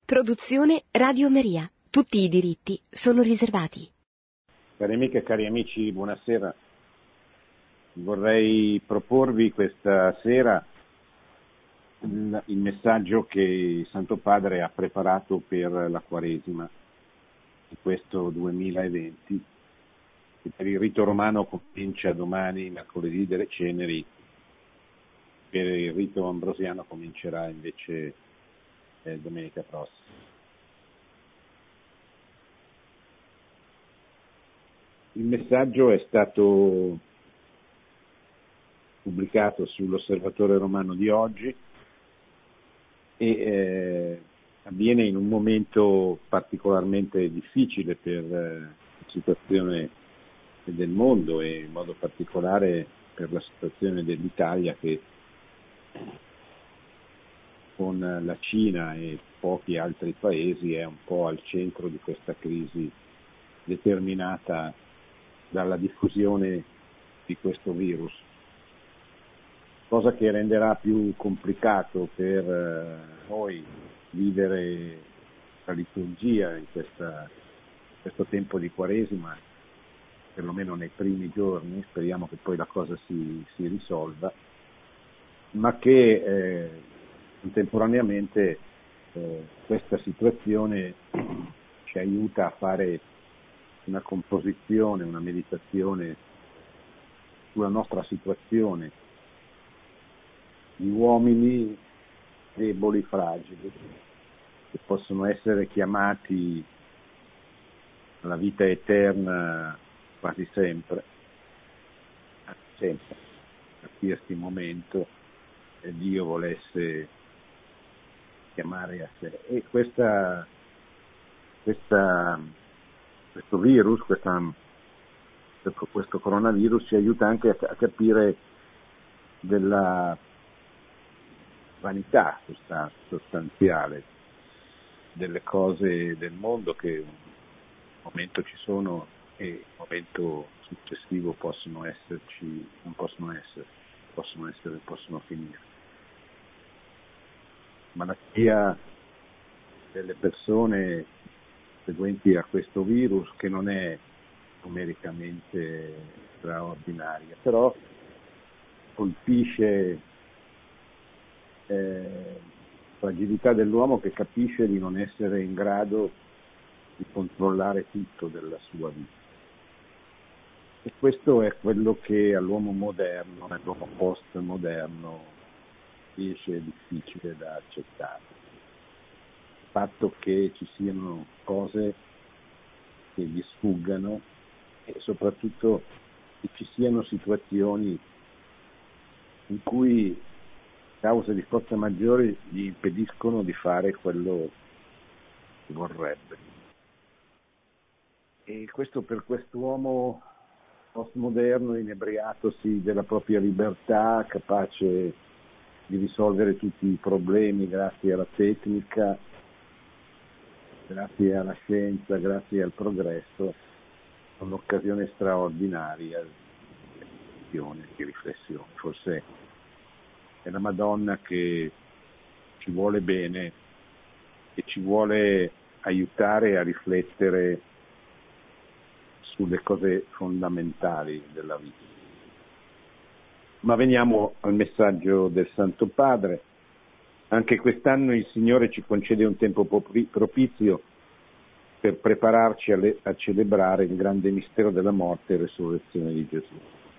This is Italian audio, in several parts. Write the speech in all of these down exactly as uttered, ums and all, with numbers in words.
Produzione Radio Maria. Tutti i diritti sono riservati. Cari amiche e cari amici, buonasera. Vorrei proporvi questa sera il, il messaggio che il Santo Padre ha preparato per la Quaresima di questo duemilaventi, che per il rito romano comincia domani, mercoledì delle Ceneri, per il rito ambrosiano comincerà invece eh, domenica prossima. Il messaggio è stato pubblicato sull'Osservatore Romano di oggi e eh, avviene in un momento particolarmente difficile per eh, la situazione del mondo e in modo particolare per la situazione dell'Italia, che con la Cina e pochi altri paesi è un po' al centro di questa crisi determinata dalla diffusione di questo virus, cosa che renderà più complicato per noi vivere la liturgia in questa, questo tempo di Quaresima, perlomeno nei primi giorni. Speriamo che poi la cosa si, si risolva, ma che eh, contemporaneamente eh, questa situazione ci aiuta a fare una composizione, una meditazione sulla nostra situazione di uomini deboli, fragili, che possono essere chiamati alla vita eterna quasi sempre, sempre, a qualsiasi momento Dio volesse chiamare a sé. E questa, questa, questo virus, questa, questo coronavirus ci aiuta anche a, a capire della vanità sostanziale delle cose del mondo, che un momento ci sono e il momento successivo possono esserci, non possono essere, possono essere, possono finire. Malattia delle persone seguenti a questo virus, che non è numericamente straordinaria, però colpisce eh, fragilità dell'uomo, che capisce di non essere in grado di controllare tutto della sua vita. E questo è quello che all'uomo moderno, all'uomo postmoderno, riesce difficile da accettare. Il fatto che ci siano cose che gli sfuggano e soprattutto che ci siano situazioni in cui cause di forza maggiori gli impediscono di fare quello che vorrebbe. E questo per quest'uomo postmoderno, inebriatosi della propria libertà, capace di risolvere tutti i problemi grazie alla tecnica, grazie alla scienza, grazie al progresso, è un'occasione straordinaria di riflessione. Forse è la Madonna che ci vuole bene e ci vuole aiutare a riflettere sulle cose fondamentali della vita. Ma veniamo al messaggio del Santo Padre. Anche quest'anno il Signore ci concede un tempo propizio per prepararci a, le, a celebrare il grande mistero della morte e resurrezione di Gesù.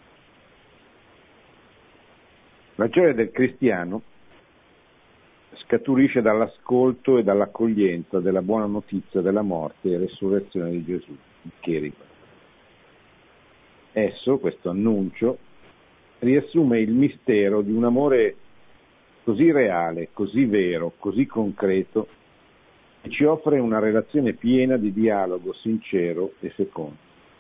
La gioia del cristiano scaturisce dall'ascolto e dall'accoglienza della buona notizia della morte e resurrezione di Gesù, il Cherigma. Esso, questo annuncio, riassume il mistero di un amore così reale, così vero, così concreto, che ci offre una relazione piena di dialogo sincero e fecondo.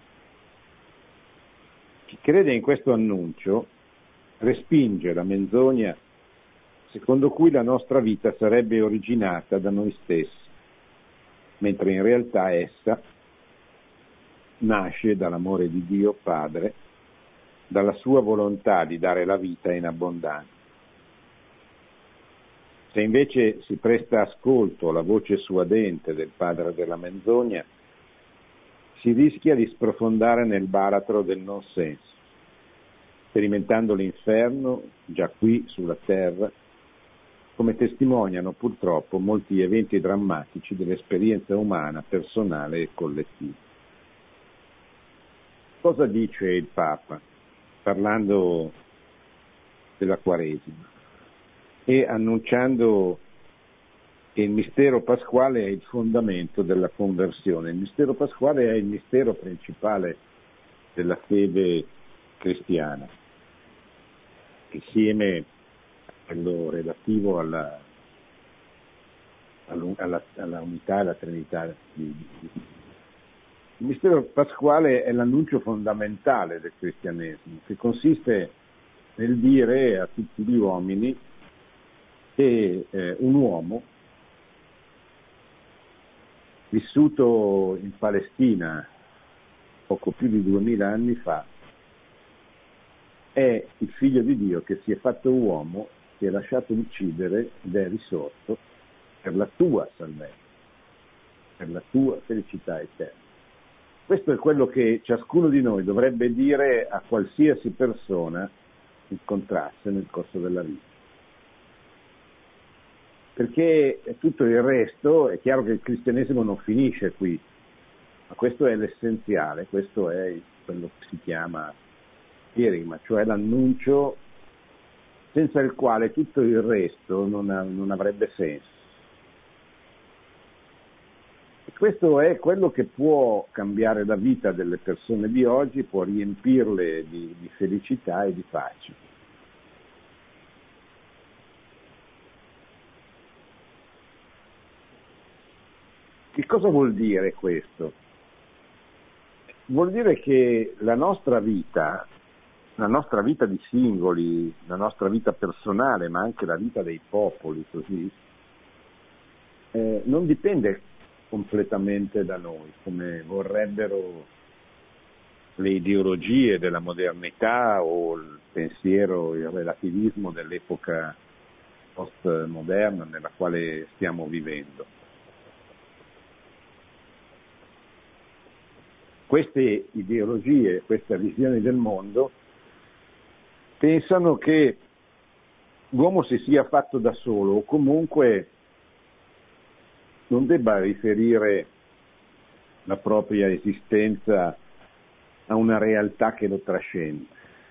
Chi crede in questo annuncio respinge la menzogna secondo cui la nostra vita sarebbe originata da noi stessi, mentre in realtà essa nasce dall'amore di Dio Padre, dalla sua volontà di dare la vita in abbondanza. Se invece si presta ascolto alla voce suadente del padre della menzogna, si rischia di sprofondare nel baratro del non senso, sperimentando l'inferno già qui sulla terra, come testimoniano purtroppo molti eventi drammatici dell'esperienza umana, personale e collettiva. Cosa dice il Papa parlando della Quaresima e annunciando che il mistero pasquale è il fondamento della conversione? Il mistero pasquale è il mistero principale della fede cristiana, insieme a quello relativo alla, alla, alla unità e alla Trinità di Dio. Il mistero pasquale è l'annuncio fondamentale del cristianesimo, che consiste nel dire a tutti gli uomini che eh, un uomo vissuto in Palestina poco più di duemila anni fa è il figlio di Dio che si è fatto uomo, si è lasciato uccidere ed è risorto per la tua salvezza, per la tua felicità eterna. Questo è quello che ciascuno di noi dovrebbe dire a qualsiasi persona incontrasse nel corso della vita. Perché tutto il resto, è chiaro che il cristianesimo non finisce qui, ma questo è l'essenziale, questo è quello che si chiama kerigma, cioè l'annuncio senza il quale tutto il resto non, ha, non avrebbe senso. E questo è quello che può cambiare la vita delle persone di oggi, può riempirle di, di felicità e di pace. Che cosa vuol dire questo? Vuol dire che la nostra vita, la nostra vita di singoli, la nostra vita personale, ma anche la vita dei popoli, così, eh, non dipende completamente da noi, come vorrebbero le ideologie della modernità o il pensiero, il relativismo dell'epoca postmoderna nella quale stiamo vivendo. Queste ideologie, queste visioni del mondo pensano che l'uomo si sia fatto da solo o comunque non debba riferire la propria esistenza a una realtà che lo trascende.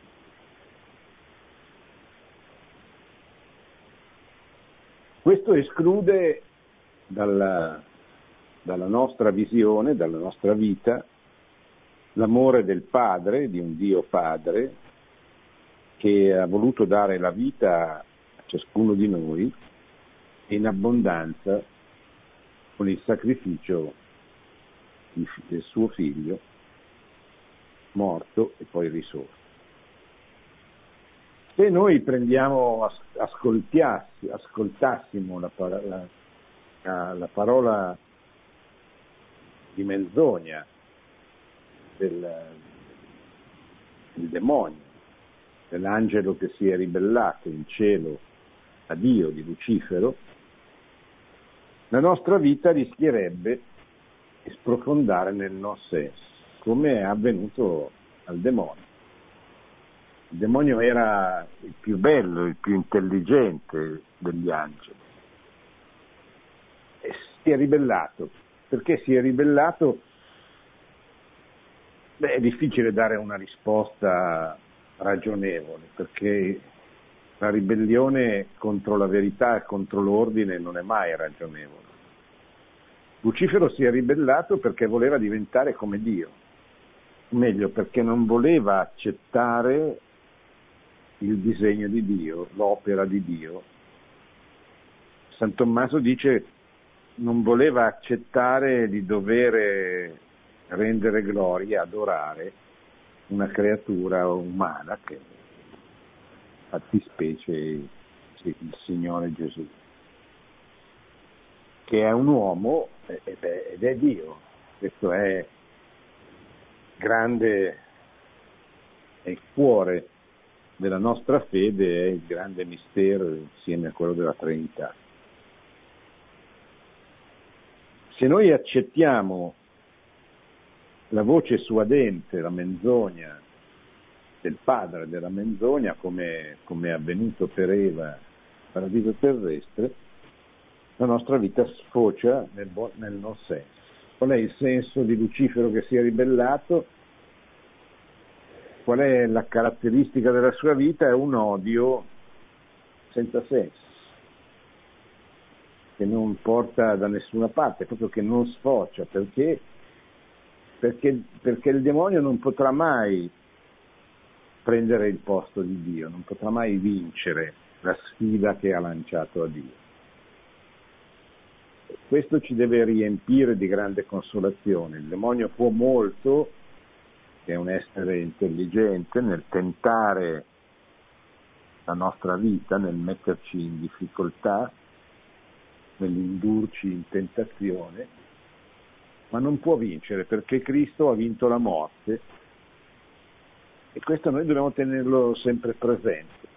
Questo esclude dalla, dalla nostra visione, dalla nostra vita, l'amore del Padre, di un Dio Padre, che ha voluto dare la vita a ciascuno di noi in abbondanza con il sacrificio del suo figlio, morto e poi risorto. Se noi prendiamo, ascoltassimo la, la, la parola di menzogna del, del demonio, dell'angelo che si è ribellato in cielo a Dio, di Lucifero, la nostra vita rischierebbe di sprofondare nel non senso, come è avvenuto al demonio. Il demonio era il più bello, il più intelligente degli angeli e si è ribellato. Perché si è ribellato? Beh, è difficile dare una risposta ragionevole, perché la ribellione contro la verità e contro l'ordine non è mai ragionevole. Lucifero si è ribellato perché voleva diventare come Dio, o meglio, perché non voleva accettare il disegno di Dio, l'opera di Dio. San Tommaso dice non voleva accettare di dover rendere gloria, adorare una creatura umana che fattispecie il Signore Gesù, che è un uomo ed è, ed è Dio. Questo è grande, è il cuore della nostra fede, è il grande mistero insieme a quello della Trinità. Se noi accettiamo la voce suadente, la menzogna del padre della menzogna, come, come è avvenuto per Eva nel paradiso terrestre, la nostra vita sfocia nel, nel non senso. Qual è il senso di Lucifero che si è ribellato? Qual è la caratteristica della sua vita? È un odio senza senso, che non porta da nessuna parte, proprio che non sfocia, perché, perché, perché il demonio non potrà mai prendere il posto di Dio, non potrà mai vincere la sfida che ha lanciato a Dio. Questo ci deve riempire di grande consolazione. Il demonio può molto, è un essere intelligente, nel tentare la nostra vita, nel metterci in difficoltà, nell'indurci in tentazione, ma non può vincere perché Cristo ha vinto la morte e questo noi dobbiamo tenerlo sempre presente.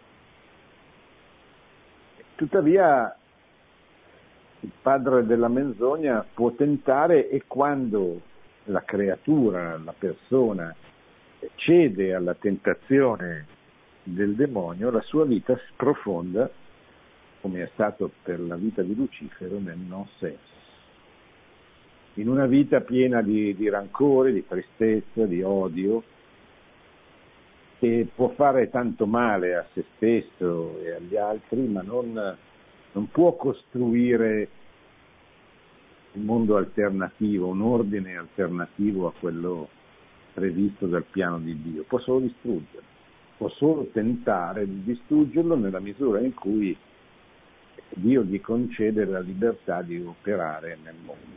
Tuttavia il padre della menzogna può tentare, e quando la creatura, la persona cede alla tentazione del demonio, la sua vita sprofonda, come è stato per la vita di Lucifero, nel non senso. In una vita piena di, di rancore, di tristezza, di odio, che può fare tanto male a se stesso e agli altri, ma non, non può costruire un mondo alternativo, un ordine alternativo a quello previsto dal piano di Dio. Può solo distruggerlo, può solo tentare di distruggerlo nella misura in cui Dio gli concede la libertà di operare nel mondo.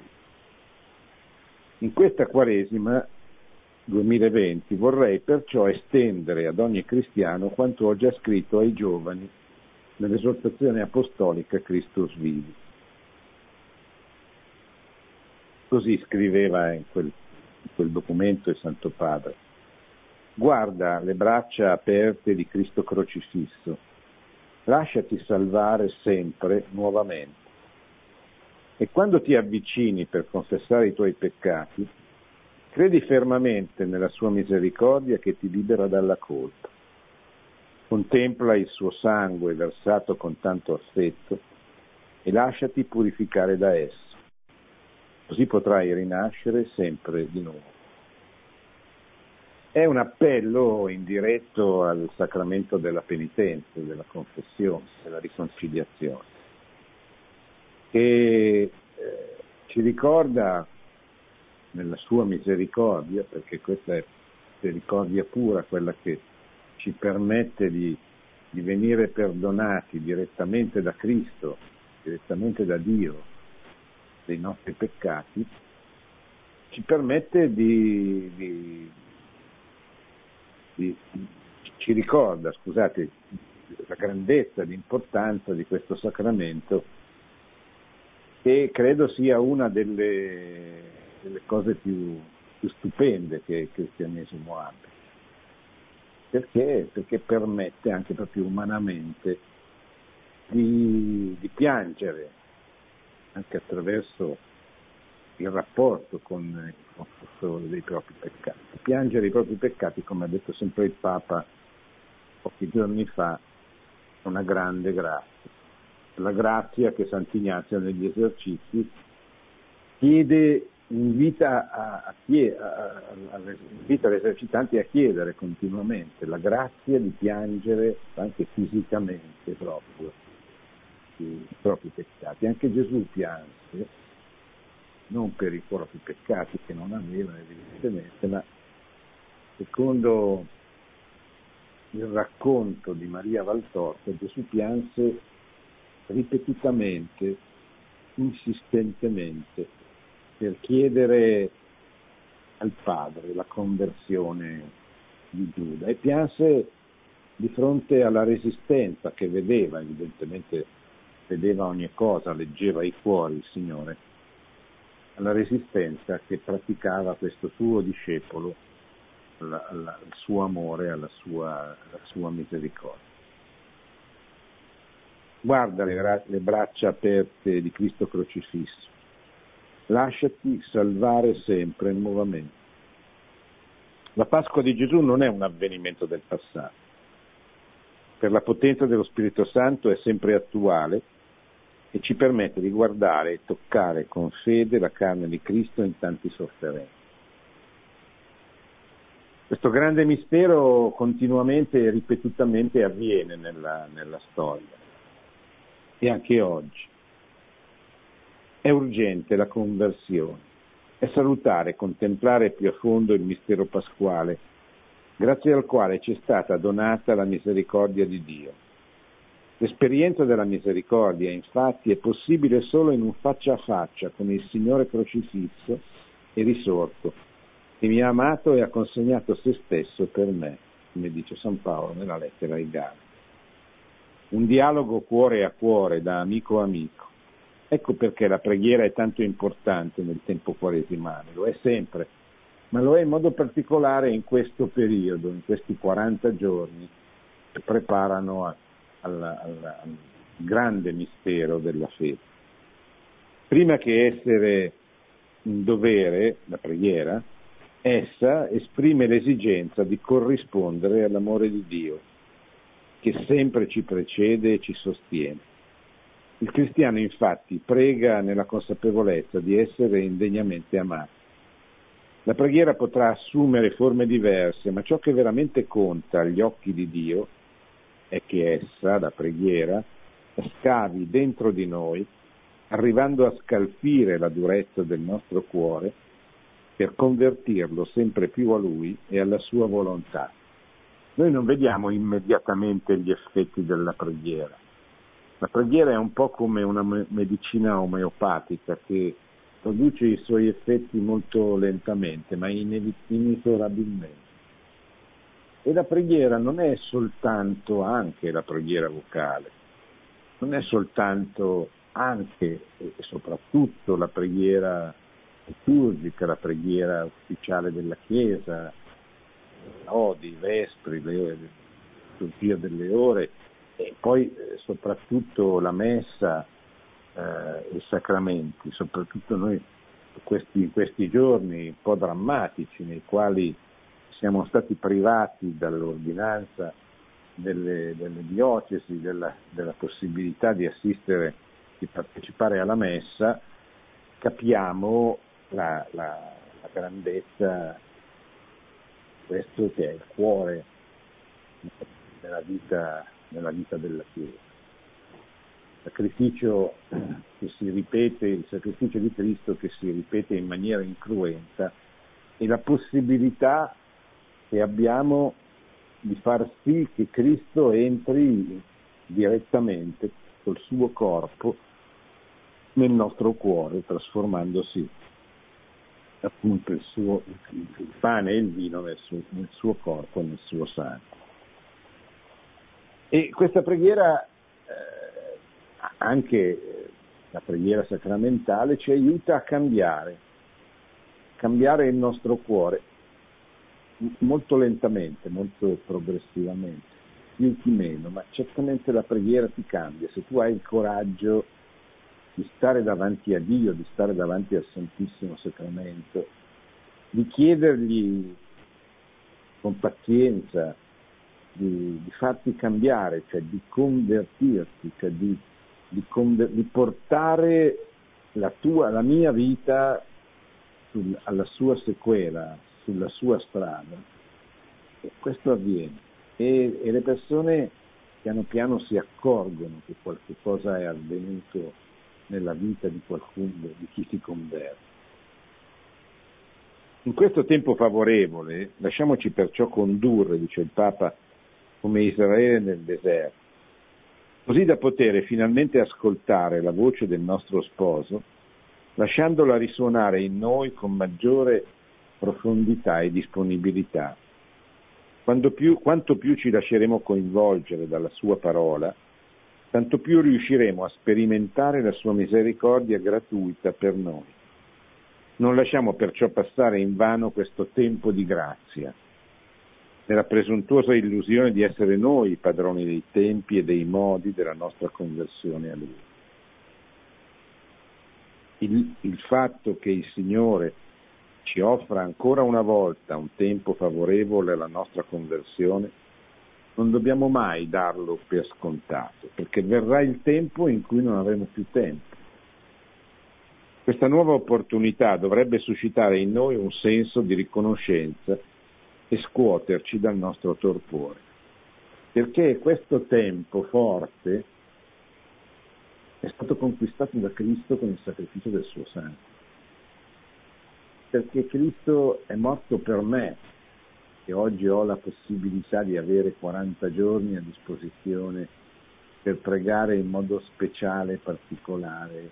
In questa Quaresima duemilaventi vorrei perciò estendere ad ogni cristiano quanto ho già scritto ai giovani nell'esortazione apostolica Christus Vivi. Così scriveva in quel, in quel documento il Santo Padre: guarda le braccia aperte di Cristo crocifisso, lasciati salvare sempre nuovamente. E quando ti avvicini per confessare i tuoi peccati, credi fermamente nella sua misericordia che ti libera dalla colpa. Contempla il suo sangue versato con tanto affetto e lasciati purificare da esso. Così potrai rinascere sempre di nuovo. È un appello indiretto al sacramento della penitenza, della confessione, della riconciliazione, che eh, ci ricorda nella sua misericordia, perché questa è misericordia pura, quella che ci permette di, di venire perdonati direttamente da Cristo, direttamente da Dio, dei nostri peccati, ci permette di, di, di ci ricorda, scusate, la grandezza, l'importanza di questo sacramento, che credo sia una delle, delle cose più, più stupende che il cristianesimo abbia, perché, perché permette anche proprio umanamente di, di piangere anche attraverso il rapporto con il confessore dei propri peccati. Piangere i propri peccati, come ha detto sempre il Papa pochi giorni fa, è una grande grazia. La grazia che Sant'Ignazio negli esercizi chiede, invita, a, a, a, a, invita gli esercitanti a chiedere continuamente la grazia di piangere anche fisicamente proprio i propri peccati. Anche Gesù pianse, non per i propri peccati che non aveva evidentemente, ma secondo il racconto di Maria Valtorta, Gesù pianse ripetutamente, insistentemente, per chiedere al Padre la conversione di Giuda, e pianse di fronte alla resistenza che vedeva, evidentemente vedeva ogni cosa, leggeva i cuori il Signore, alla resistenza che praticava questo suo discepolo, alla, alla, al suo amore, alla sua, alla sua misericordia. Guarda le, le braccia aperte di Cristo crocifisso, lasciati salvare sempre nuovamente. La Pasqua di Gesù non è un avvenimento del passato. Per la potenza dello Spirito Santo è sempre attuale e ci permette di guardare e toccare con fede la carne di Cristo in tanti sofferenze. Questo grande mistero continuamente e ripetutamente avviene nella, nella storia e anche oggi. È urgente la conversione, è salutare contemplare più a fondo il mistero pasquale, grazie al quale ci è stata donata la misericordia di Dio. L'esperienza della misericordia, infatti, è possibile solo in un faccia a faccia con il Signore crocifisso e risorto, che mi ha amato e ha consegnato se stesso per me, come dice San Paolo nella lettera ai Galati. Un dialogo cuore a cuore, da amico a amico. Ecco perché la preghiera è tanto importante nel tempo quaresimale, lo è sempre, ma lo è in modo particolare in questo periodo, in questi quaranta giorni che preparano a, alla, alla, al grande mistero della fede. Prima che essere un dovere, la preghiera, essa esprime l'esigenza di corrispondere all'amore di Dio, che sempre ci precede e ci sostiene. Il cristiano infatti prega nella consapevolezza di essere indegnamente amato. La preghiera potrà assumere forme diverse, ma ciò che veramente conta agli occhi di Dio è che essa, la preghiera, scavi dentro di noi, arrivando a scalfire la durezza del nostro cuore per convertirlo sempre più a Lui e alla sua volontà. Noi non vediamo immediatamente gli effetti della preghiera. La preghiera è un po' come una medicina omeopatica che produce i suoi effetti molto lentamente, ma inesorabilmente. E la preghiera non è soltanto anche la preghiera vocale, non è soltanto anche e soprattutto la preghiera liturgica, la preghiera ufficiale della Chiesa, lodi, vespri, le liturgia delle ore, e poi eh, soprattutto la messa eh, i sacramenti, soprattutto noi questi, in questi giorni un po' drammatici nei quali siamo stati privati dall'ordinanza delle, delle diocesi della, della possibilità di assistere, di partecipare alla messa, capiamo la, la, la grandezza di questo che è il cuore della vita nella vita della Chiesa. Il sacrificio che si ripete, il sacrificio di Cristo che si ripete in maniera incruenta e la possibilità che abbiamo di far sì che Cristo entri direttamente col suo corpo nel nostro cuore, trasformandosi appunto il, suo, il pane e il vino nel suo, nel suo corpo e nel suo sangue. E questa preghiera, eh, anche la preghiera sacramentale, ci aiuta a cambiare, cambiare il nostro cuore, molto lentamente, molto progressivamente, più che meno, ma certamente la preghiera ti cambia. Se tu hai il coraggio di stare davanti a Dio, di stare davanti al Santissimo Sacramento, di chiedergli con pazienza, Di, di farti cambiare, cioè di convertirti, cioè di, di, conver- di portare la tua, la mia vita sul, alla sua sequela, sulla sua strada. E questo avviene. E, e le persone piano piano si accorgono che qualche cosa è avvenuto nella vita di qualcuno, di chi si converte. In questo tempo favorevole, lasciamoci perciò condurre, dice il Papa, come Israele nel deserto, così da poter finalmente ascoltare la voce del nostro sposo, lasciandola risuonare in noi con maggiore profondità e disponibilità. Quando più, quanto più ci lasceremo coinvolgere dalla sua parola, tanto più riusciremo a sperimentare la sua misericordia gratuita per noi. Non lasciamo perciò passare in vano questo tempo di grazia, nella presuntuosa illusione di essere noi i padroni dei tempi e dei modi della nostra conversione a Lui. il, il fatto che il Signore ci offra ancora una volta un tempo favorevole alla nostra conversione, non dobbiamo mai darlo per scontato, perché verrà il tempo in cui non avremo più tempo. Questa nuova opportunità dovrebbe suscitare in noi un senso di riconoscenza e scuoterci dal nostro torpore, perché questo tempo forte è stato conquistato da Cristo con il sacrificio del suo sangue. Perché Cristo è morto per me, e oggi ho la possibilità di avere quaranta giorni a disposizione per pregare in modo speciale, particolare,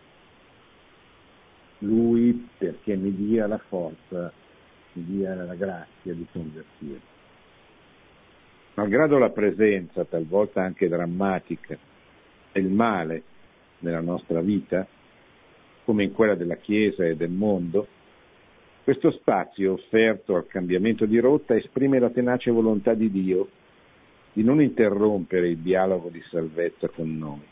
Lui perché mi dia la forza, mi dia la grazia di convertirmi. Malgrado la presenza, talvolta anche drammatica, del male nella nostra vita, come in quella della Chiesa e del mondo, questo spazio offerto al cambiamento di rotta esprime la tenace volontà di Dio di non interrompere il dialogo di salvezza con noi.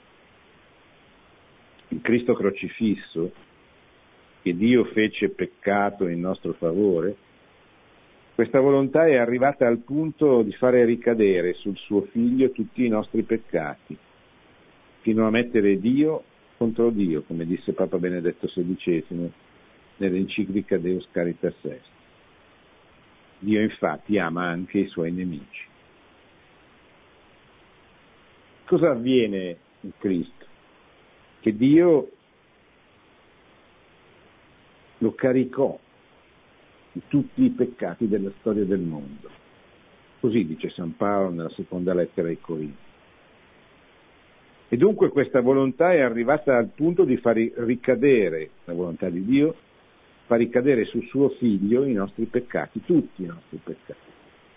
Il Cristo crocifisso, che Dio fece peccato in nostro favore, questa volontà è arrivata al punto di fare ricadere sul suo Figlio tutti i nostri peccati, fino a mettere Dio contro Dio, come disse Papa Benedetto sedicesimo nell'enciclica Deus Caritas Est. Dio infatti ama anche i suoi nemici. Cosa avviene in Cristo? Che Dio lo caricò di tutti i peccati della storia del mondo. Così dice San Paolo nella seconda lettera ai Corinzi. E dunque questa volontà è arrivata al punto di far ricadere, la volontà di Dio, fa ricadere sul suo Figlio i nostri peccati, tutti i nostri peccati,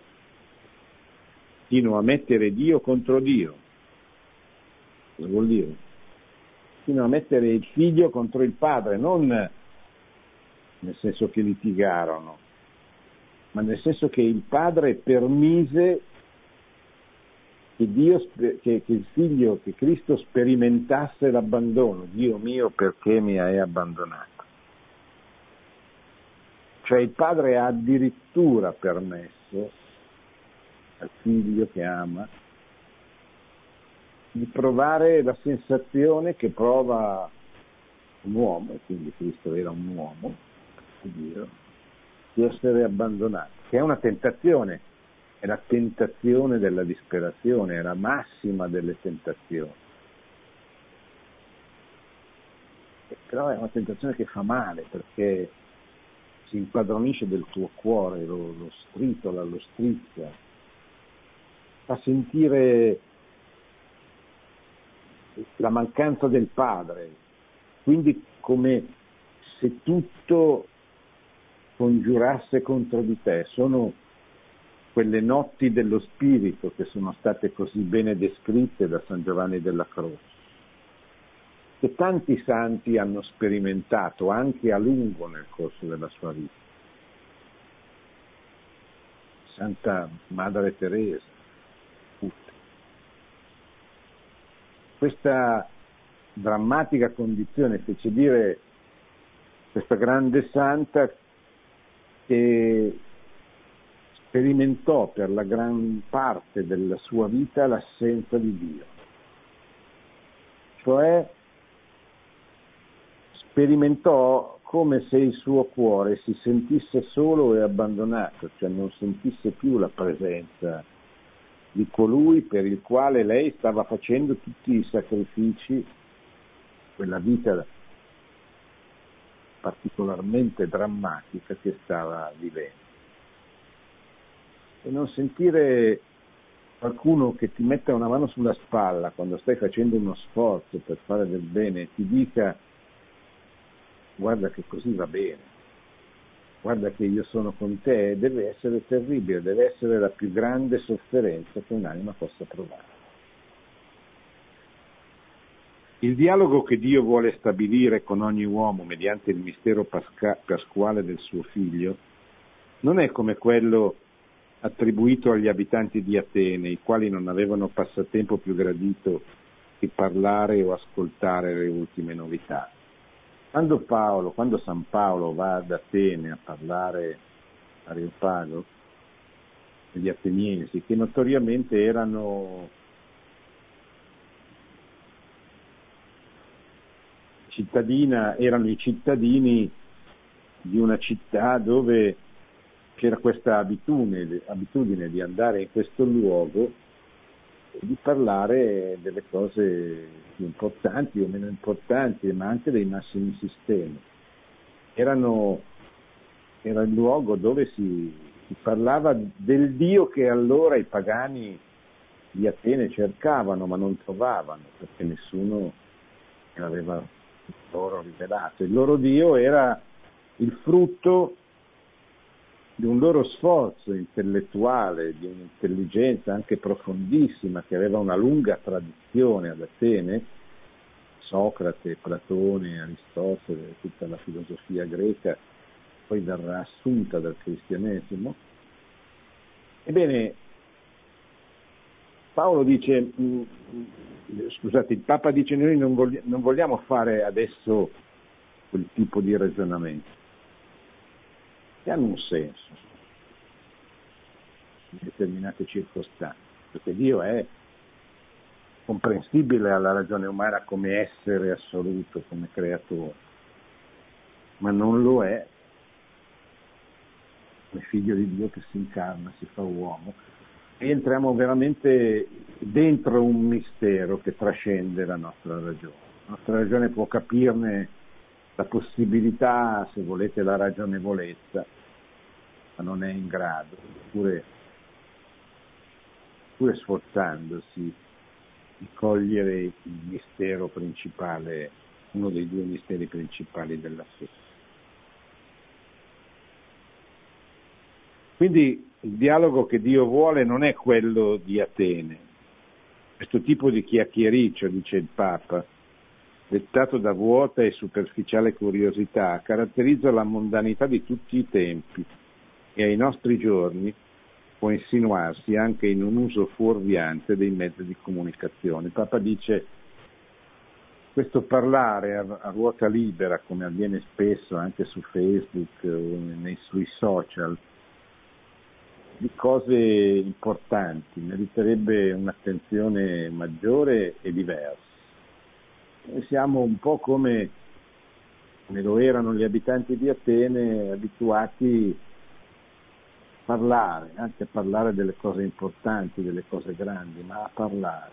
fino a mettere Dio contro Dio. Cosa vuol dire? Fino a mettere il Figlio contro il Padre, non nel senso che litigarono, ma nel senso che il Padre permise che, Dio, che, che il Figlio, che Cristo sperimentasse l'abbandono. Dio mio, perché mi hai abbandonato? Cioè il Padre ha addirittura permesso al Figlio che ama di provare la sensazione che prova un uomo, e quindi Cristo era un uomo, Dio, di essere abbandonato, che è una tentazione, è la tentazione della disperazione, è la massima delle tentazioni. E però è una tentazione che fa male, perché si impadronisce del tuo cuore, lo, lo stritola, lo strizza, fa sentire la mancanza del Padre, quindi come se tutto congiurasse contro di te. Sono quelle notti dello spirito che sono state così bene descritte da San Giovanni della Croce, che tanti santi hanno sperimentato anche a lungo nel corso della sua vita. Santa Madre Teresa, tutte. Questa drammatica condizione fece dire questa grande santa che sperimentò per la gran parte della sua vita l'assenza di Dio, cioè sperimentò come se il suo cuore si sentisse solo e abbandonato, cioè non sentisse più la presenza di colui per il quale lei stava facendo tutti i sacrifici, quella vita particolarmente drammatica che stava vivendo. E non sentire qualcuno che ti metta una mano sulla spalla quando stai facendo uno sforzo per fare del bene e ti dica: guarda che così va bene, guarda che io sono con te, deve essere terribile, deve essere la più grande sofferenza che un'anima possa provare. Il dialogo che Dio vuole stabilire con ogni uomo mediante il mistero pasca- pasquale del suo Figlio non è come quello attribuito agli abitanti di Atene, i quali non avevano passatempo più gradito che parlare o ascoltare le ultime novità. Quando Paolo, quando San Paolo va ad Atene a parlare Areopago, gli ateniesi, che notoriamente erano cittadina, erano i cittadini di una città dove c'era questa abitudine, abitudine di andare in questo luogo e di parlare delle cose più importanti o meno importanti, ma anche dei massimi sistemi. Erano, era il luogo dove si, si parlava del Dio che allora i pagani di Atene cercavano ma non trovavano, perché nessuno l'aveva loro rivelato. Il loro Dio era il frutto di un loro sforzo intellettuale, di un'intelligenza anche profondissima che aveva una lunga tradizione ad Atene, Socrate, Platone, Aristotele, tutta la filosofia greca, poi verrà assunta dal cristianesimo. Ebbene, Paolo dice, mh, scusate, il Papa dice noi non, vogli- non vogliamo fare adesso quel tipo di ragionamento, che hanno un senso in determinate circostanze, perché Dio è comprensibile alla ragione umana come essere assoluto, come creatore, ma non lo è come figlio di Dio che si incarna, si fa uomo, e entriamo veramente dentro un mistero che trascende la nostra ragione. La nostra ragione può capirne la possibilità, se volete la ragionevolezza, ma non è in grado, pure, pure sforzandosi, di cogliere il mistero principale, uno dei due misteri principali della fede. Quindi il dialogo che Dio vuole non è quello di Atene. Questo tipo di chiacchiericcio, dice il Papa, dettato da vuota e superficiale curiosità, caratterizza la mondanità di tutti i tempi e ai nostri giorni può insinuarsi anche in un uso fuorviante dei mezzi di comunicazione. Il Papa dice questo parlare a, a ruota libera, come avviene spesso anche su Facebook o nei, sui social, di cose importanti, meriterebbe un'attenzione maggiore e diversa. Noi siamo un po' come, come lo erano gli abitanti di Atene, abituati a parlare, anche a parlare delle cose importanti, delle cose grandi, ma a parlare.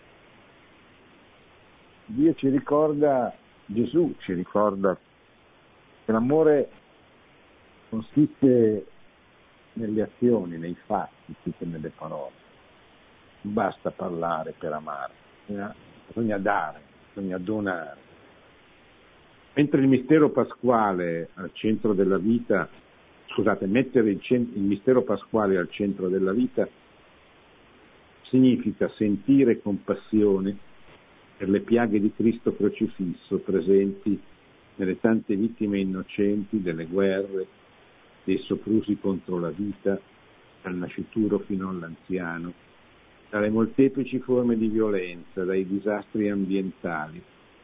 Dio ci ricorda, Gesù ci ricorda che l'amore consiste nelle azioni, nei fatti, più che nelle parole. Non basta parlare per amare, bisogna, bisogna dare, bisogna donare. Mentre il mistero pasquale al centro della vita, scusate, mettere il, cent- il mistero pasquale al centro della vita significa sentire compassione per le piaghe di Cristo crocifisso presenti nelle tante vittime innocenti delle guerre, dei soprusi contro la vita, dal nascituro fino all'anziano, dalle molteplici forme di violenza, dai disastri ambientali,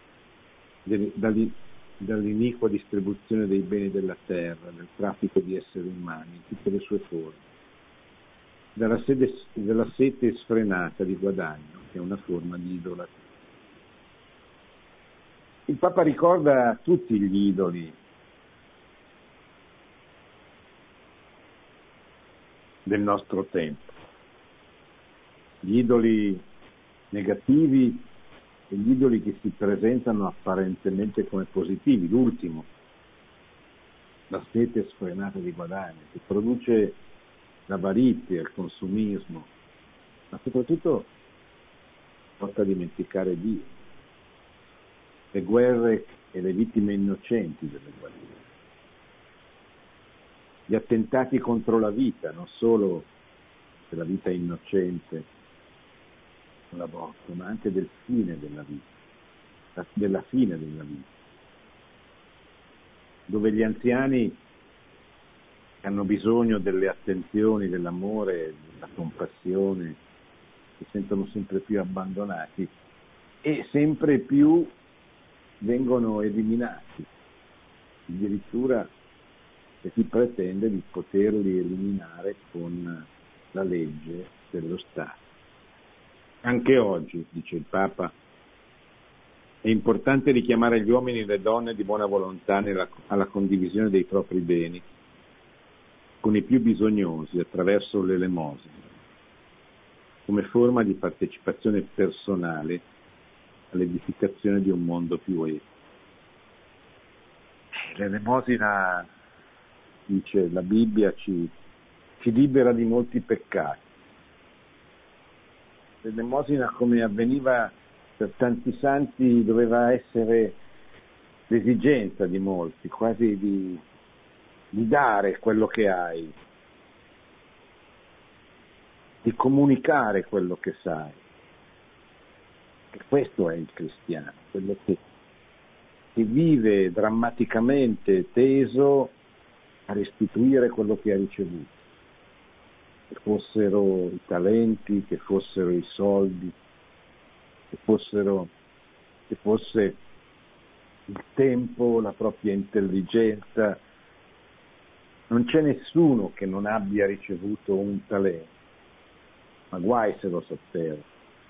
dall'iniqua distribuzione dei beni della terra, del traffico di esseri umani, in tutte le sue forme, dalla sete, dalla sete sfrenata di guadagno, che è una forma di idolatria. Il Papa ricorda tutti gli idoli del nostro tempo, gli idoli negativi e gli idoli che si presentano apparentemente come positivi. L'ultimo, la sete sfrenata di guadagno, che produce l'avarizia, il consumismo, ma soprattutto porta a dimenticare Dio, le guerre e le vittime innocenti delle guerre, gli attentati contro la vita, non solo della vita innocente, l'aborto, ma anche del fine della vita, della fine della vita, dove gli anziani hanno bisogno delle attenzioni, dell'amore, della compassione, si sentono sempre più abbandonati e sempre più vengono eliminati. addirittura che si pretende di poterli eliminare con la legge dello Stato. Anche oggi, dice il Papa, è importante richiamare gli uomini e le donne di buona volontà nella, alla condivisione dei propri beni con i più bisognosi attraverso l'elemosina, come forma di partecipazione personale all'edificazione di un mondo più equo. L'elemosina, dice la Bibbia, ci, ci libera di molti peccati. L'elemosina, come avveniva per tanti santi, doveva essere l'esigenza di molti, quasi di, di dare quello che hai, di comunicare quello che sai. E questo è il cristiano, quello che, che vive drammaticamente teso a restituire quello che ha ricevuto, che fossero i talenti, che fossero i soldi, che fossero, che fosse il tempo, la propria intelligenza. Non c'è nessuno che non abbia ricevuto un talento, ma guai se lo sotterra,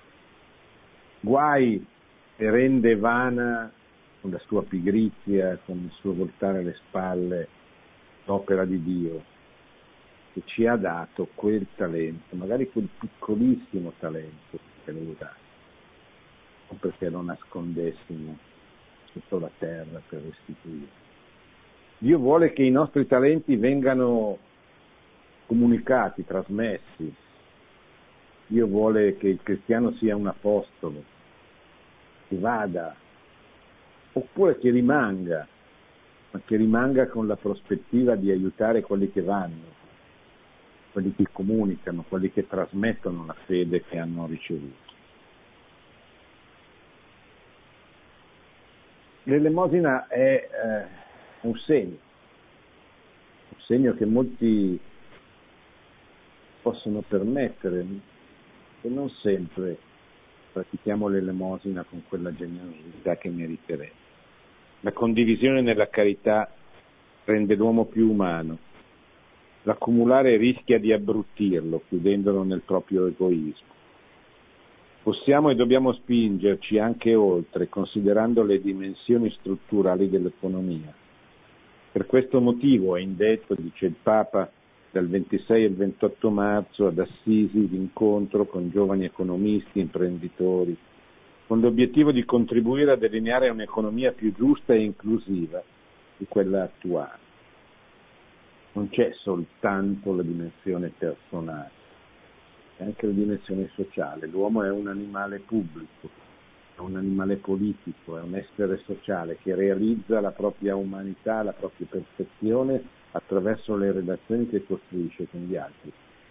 guai se rende vana con la sua pigrizia, con il suo voltare le spalle l'opera di Dio che ci ha dato quel talento, magari quel piccolissimo talento che lo dà, non perché lo nascondessimo sotto la terra per restituire. Dio vuole che i nostri talenti vengano comunicati, trasmessi. Dio vuole che il cristiano sia un apostolo, che vada, oppure che rimanga, ma che rimanga con la prospettiva di aiutare quelli che vanno, quelli che comunicano, quelli che trasmettono la fede che hanno ricevuto. L'elemosina è eh, un segno, un segno che molti possono permettere, e non sempre pratichiamo l'elemosina con quella generosità che meriterebbe. La condivisione nella carità rende l'uomo più umano, l'accumulare rischia di abbruttirlo, chiudendolo nel proprio egoismo. Possiamo e dobbiamo spingerci anche oltre, considerando le dimensioni strutturali dell'economia. Per questo motivo è indetto, dice il Papa, dal ventisei al ventotto marzo ad Assisi l'incontro con giovani economisti, imprenditori, con l'obiettivo di contribuire a delineare un'economia più giusta e inclusiva di quella attuale. Non c'è soltanto la dimensione personale, c'è anche la dimensione sociale. L'uomo è un animale pubblico, è un animale politico, è un essere sociale che realizza la propria umanità, la propria perfezione attraverso le relazioni che costruisce con gli altri.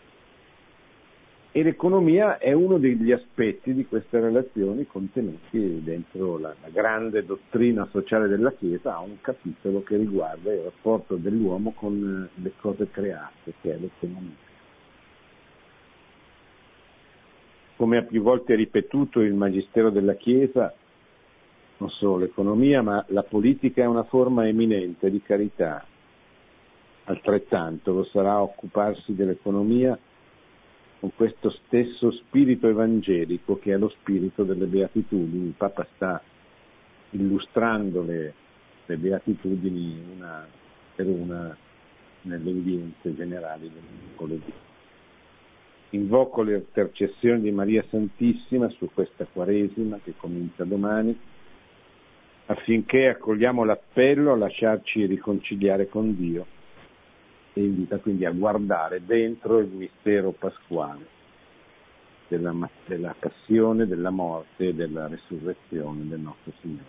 E l'economia è uno degli aspetti di queste relazioni contenuti dentro la, la grande dottrina sociale della Chiesa. Ha un capitolo che riguarda il rapporto dell'uomo con le cose create, che è l'economia. Come ha più volte ripetuto il Magistero della Chiesa, non solo l'economia, ma la politica è una forma eminente di carità. Altrettanto lo sarà occuparsi dell'economia con questo stesso spirito evangelico che è lo spirito delle beatitudini. Il Papa sta illustrando le, le beatitudini una per una nelle udienze generali del mercoledì. Invoco l'intercessione di Maria Santissima su questa Quaresima che comincia domani, affinché accogliamo l'appello a lasciarci riconciliare con Dio, e invita quindi a guardare dentro il mistero pasquale della, della passione, della morte e della resurrezione del nostro Signore.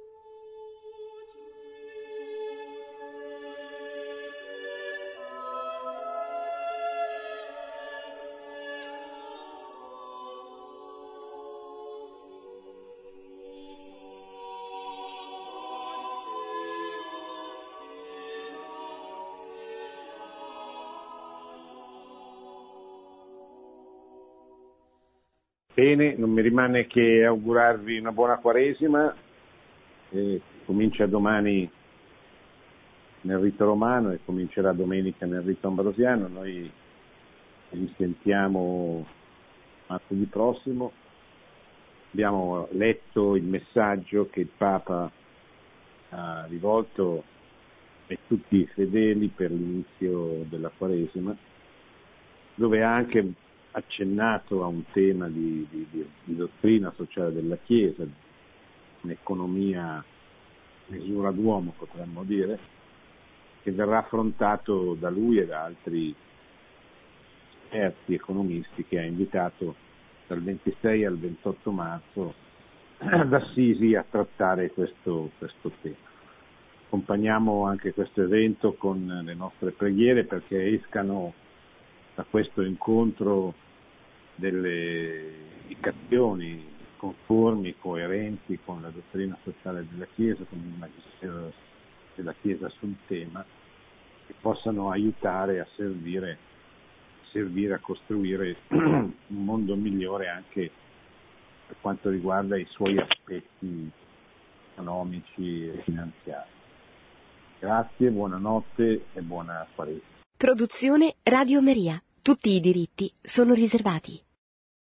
Bene, non mi rimane che augurarvi una buona Quaresima, e comincia domani nel rito romano e comincerà domenica nel rito ambrosiano. Noi ci risentiamo martedì prossimo. Abbiamo letto il messaggio che il Papa ha rivolto a tutti i fedeli per l'inizio della Quaresima, dove ha anche accennato a un tema di, di, di, di dottrina sociale della Chiesa, un'economia misura d'uomo, potremmo dire, che verrà affrontato da lui e da altri esperti economisti che ha invitato dal ventisei al ventotto marzo ad Assisi a trattare questo, questo tema. Accompagniamo anche questo evento con le nostre preghiere perché escano da questo incontro delle indicazioni conformi, coerenti con la dottrina sociale della Chiesa, con il magistero della Chiesa sul tema, che possano aiutare a servire, servire a costruire un mondo migliore anche per quanto riguarda i suoi aspetti economici e finanziari. Grazie, buonanotte e buona Quaresima. Produzione Radio Maria. Tutti i diritti sono riservati.